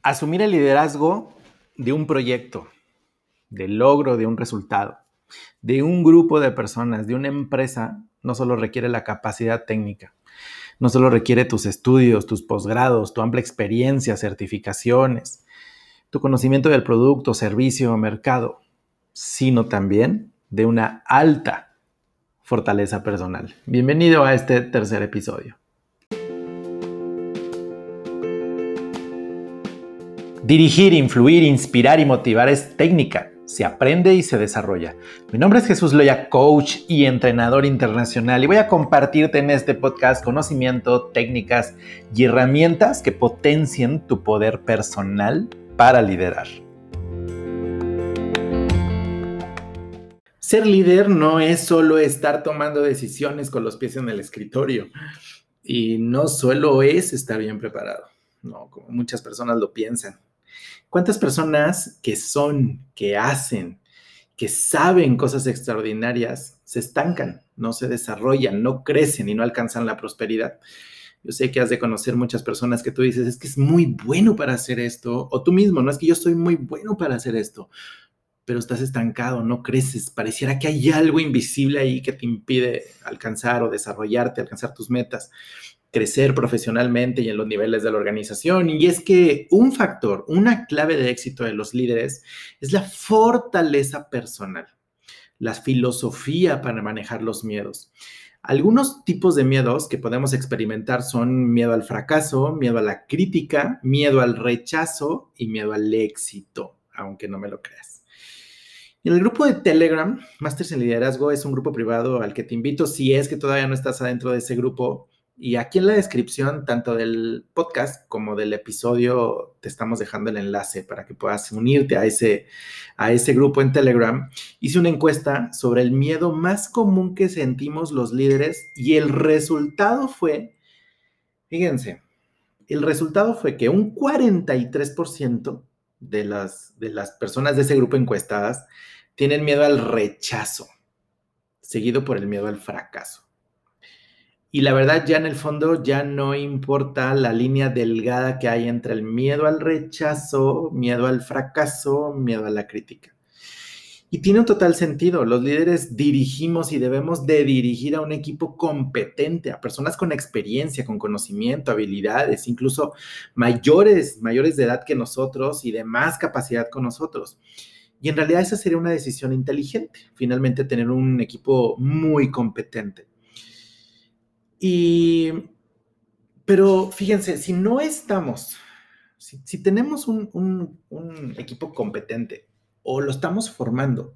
Asumir el liderazgo de un proyecto, del logro de un resultado, de un grupo de personas, de una empresa, no solo requiere la capacidad técnica, no solo requiere tus estudios, tus posgrados, tu amplia experiencia, certificaciones, tu conocimiento del producto, servicio o mercado, sino también de una alta fortaleza personal. Bienvenido a este tercer episodio. Dirigir, influir, inspirar y motivar es técnica, se aprende y se desarrolla. Mi nombre es Jesús Loya, coach y entrenador internacional, y voy a compartirte en este podcast conocimiento, técnicas y herramientas que potencien tu poder personal para liderar. Ser líder no es solo estar tomando decisiones con los pies en el escritorio, y no solo es estar bien preparado, no, como muchas personas lo piensan. ¿Cuántas personas que hacen, que saben cosas extraordinarias, se estancan, no se desarrollan, no crecen y no alcanzan la prosperidad? Yo sé que has de conocer muchas personas que tú dices, es que es muy bueno para hacer esto, o tú mismo, no es que yo soy muy bueno para hacer esto, pero estás estancado, no creces, pareciera que hay algo invisible ahí que te impide alcanzar o desarrollarte, alcanzar tus metas, crecer profesionalmente y en los niveles de la organización. Y es que un factor, una clave de éxito de los líderes es la fortaleza personal, la filosofía para manejar los miedos. Algunos tipos de miedos que podemos experimentar son miedo al fracaso, miedo a la crítica, miedo al rechazo y miedo al éxito, aunque no me lo creas. En el grupo de Telegram, Masters en Liderazgo, es un grupo privado al que te invito si es que todavía no estás adentro de ese grupo. Y aquí en la descripción, tanto del podcast como del episodio, te estamos dejando el enlace para que puedas unirte a ese grupo en Telegram. Hice una encuesta sobre el miedo más común que sentimos los líderes y el resultado fue, fíjense, el resultado fue que un 43% de las personas de ese grupo encuestadas tienen miedo al rechazo, seguido por el miedo al fracaso. Y la verdad, ya en el fondo ya no importa la línea delgada que hay entre el miedo al rechazo, miedo al fracaso, miedo a la crítica. Y tiene un total sentido. Los líderes dirigimos y debemos de dirigir a un equipo competente, a personas con experiencia, con conocimiento, habilidades, incluso mayores de edad que nosotros y de más capacidad con nosotros. Y en realidad esa sería una decisión inteligente, finalmente tener un equipo muy competente. Pero fíjense, si no estamos, si tenemos un equipo competente o lo estamos formando,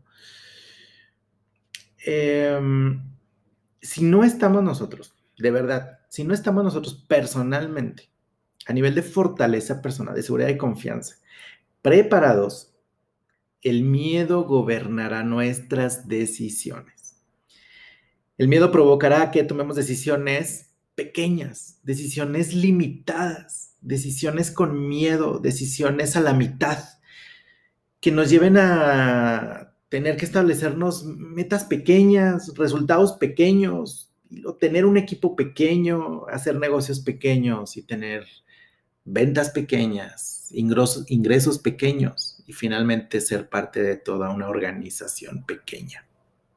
si no estamos nosotros, de verdad, si no estamos nosotros personalmente, a nivel de fortaleza personal, de seguridad y confianza, preparados, el miedo gobernará nuestras decisiones. El miedo provocará que tomemos decisiones pequeñas, decisiones limitadas, decisiones con miedo, decisiones a la mitad, que nos lleven a tener que establecernos metas pequeñas, resultados pequeños, tener un equipo pequeño, hacer negocios pequeños y tener ventas pequeñas, ingresos pequeños y finalmente ser parte de toda una organización pequeña.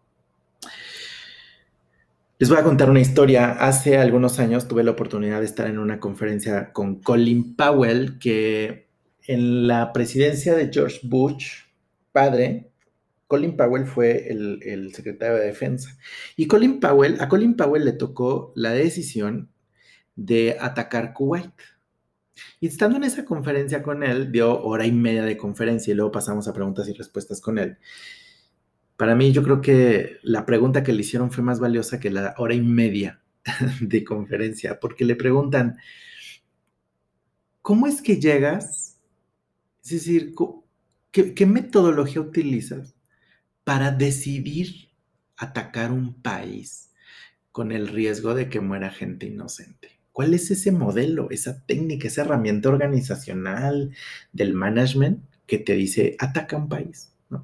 Les voy a contar una historia. Hace algunos años tuve la oportunidad de estar en una conferencia con Colin Powell, que en la presidencia de George Bush, padre, Colin Powell fue el secretario de Defensa. Y a Colin Powell le tocó la decisión de atacar Kuwait. Y estando en esa conferencia con él, dio hora y media de conferencia y luego pasamos a preguntas y respuestas con él. Para mí, yo creo que la pregunta que le hicieron fue más valiosa que la hora y media de conferencia, porque le preguntan, ¿cómo es que llegas? Es decir, ¿qué metodología utilizas para decidir atacar un país con el riesgo de que muera gente inocente? ¿Cuál es ese modelo, esa técnica, esa herramienta organizacional del management que te dice ataca un país? ¿No?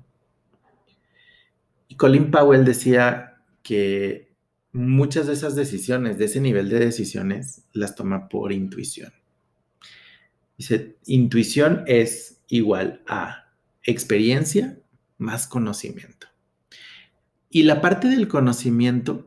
Y Colin Powell decía que muchas de esas decisiones, de ese nivel de decisiones, las toma por intuición. Dice, intuición es igual a experiencia más conocimiento. Y la parte del conocimiento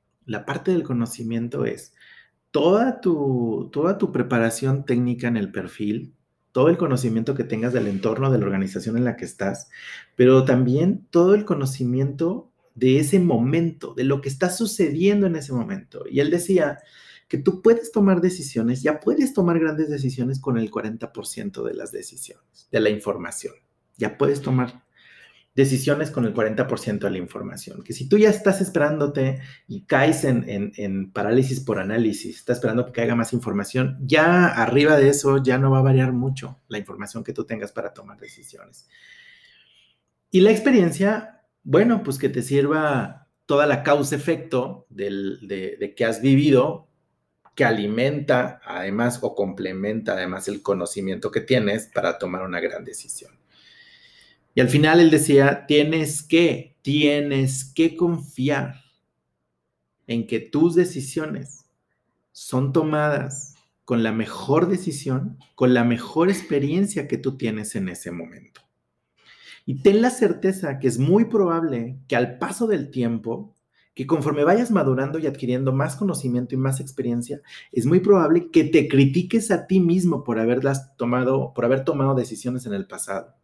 es toda tu preparación técnica en el perfil, todo el conocimiento que tengas del entorno, de la organización en la que estás, pero también todo el conocimiento de ese momento, de lo que está sucediendo en ese momento. Y él decía que tú puedes tomar decisiones, ya puedes tomar grandes decisiones con el 40% de las decisiones, de la información. Ya puedes tomar decisiones con el 40% de la información. Que si tú ya estás esperándote y caes en parálisis por análisis, estás esperando que caiga más información, ya arriba de eso ya no va a variar mucho la información que tú tengas para tomar decisiones. Y la experiencia, bueno, pues que te sirva toda la causa-efecto de que has vivido, que alimenta además o complementa además el conocimiento que tienes para tomar una gran decisión. Y al final él decía, tienes que confiar en que tus decisiones son tomadas con la mejor decisión, con la mejor experiencia que tú tienes en ese momento. Y ten la certeza que es muy probable que al paso del tiempo, que conforme vayas madurando y adquiriendo más conocimiento y más experiencia, es muy probable que te critiques a ti mismo por haber tomado decisiones en el pasado.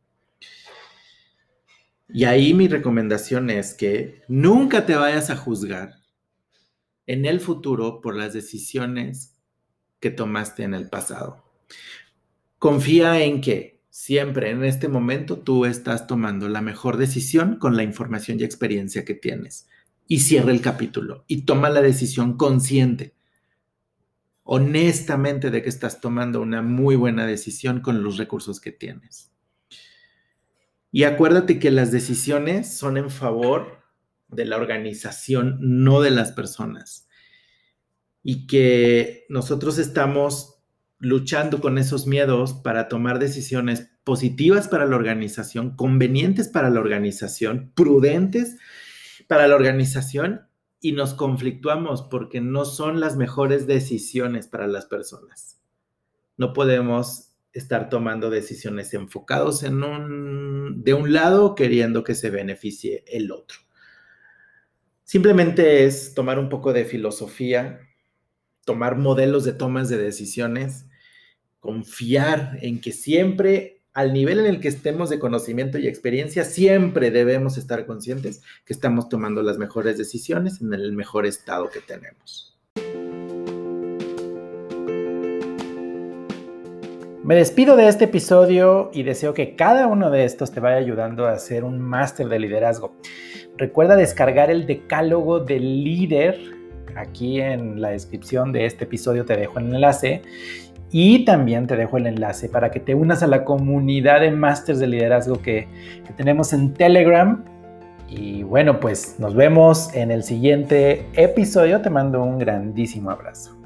Y ahí mi recomendación es que nunca te vayas a juzgar en el futuro por las decisiones que tomaste en el pasado. Confía en que siempre en este momento tú estás tomando la mejor decisión con la información y experiencia que tienes. Y cierra el capítulo y toma la decisión consciente, honestamente, de que estás tomando una muy buena decisión con los recursos que tienes. Y acuérdate que las decisiones son en favor de la organización, no de las personas. Y que nosotros estamos luchando con esos miedos para tomar decisiones positivas para la organización, convenientes para la organización, prudentes para la organización, y nos conflictuamos porque no son las mejores decisiones para las personas. No podemos estar tomando decisiones enfocados de un lado queriendo que se beneficie el otro. Simplemente es tomar un poco de filosofía, tomar modelos de tomas de decisiones, confiar en que siempre, al nivel en el que estemos de conocimiento y experiencia, siempre debemos estar conscientes que estamos tomando las mejores decisiones en el mejor estado que tenemos. Me despido de este episodio y deseo que cada uno de estos te vaya ayudando a hacer un máster de liderazgo. Recuerda descargar el decálogo del líder. Aquí en la descripción de este episodio te dejo el enlace y también te dejo el enlace para que te unas a la comunidad de másters de liderazgo que tenemos en Telegram. Y bueno, pues nos vemos en el siguiente episodio. Te mando un grandísimo abrazo.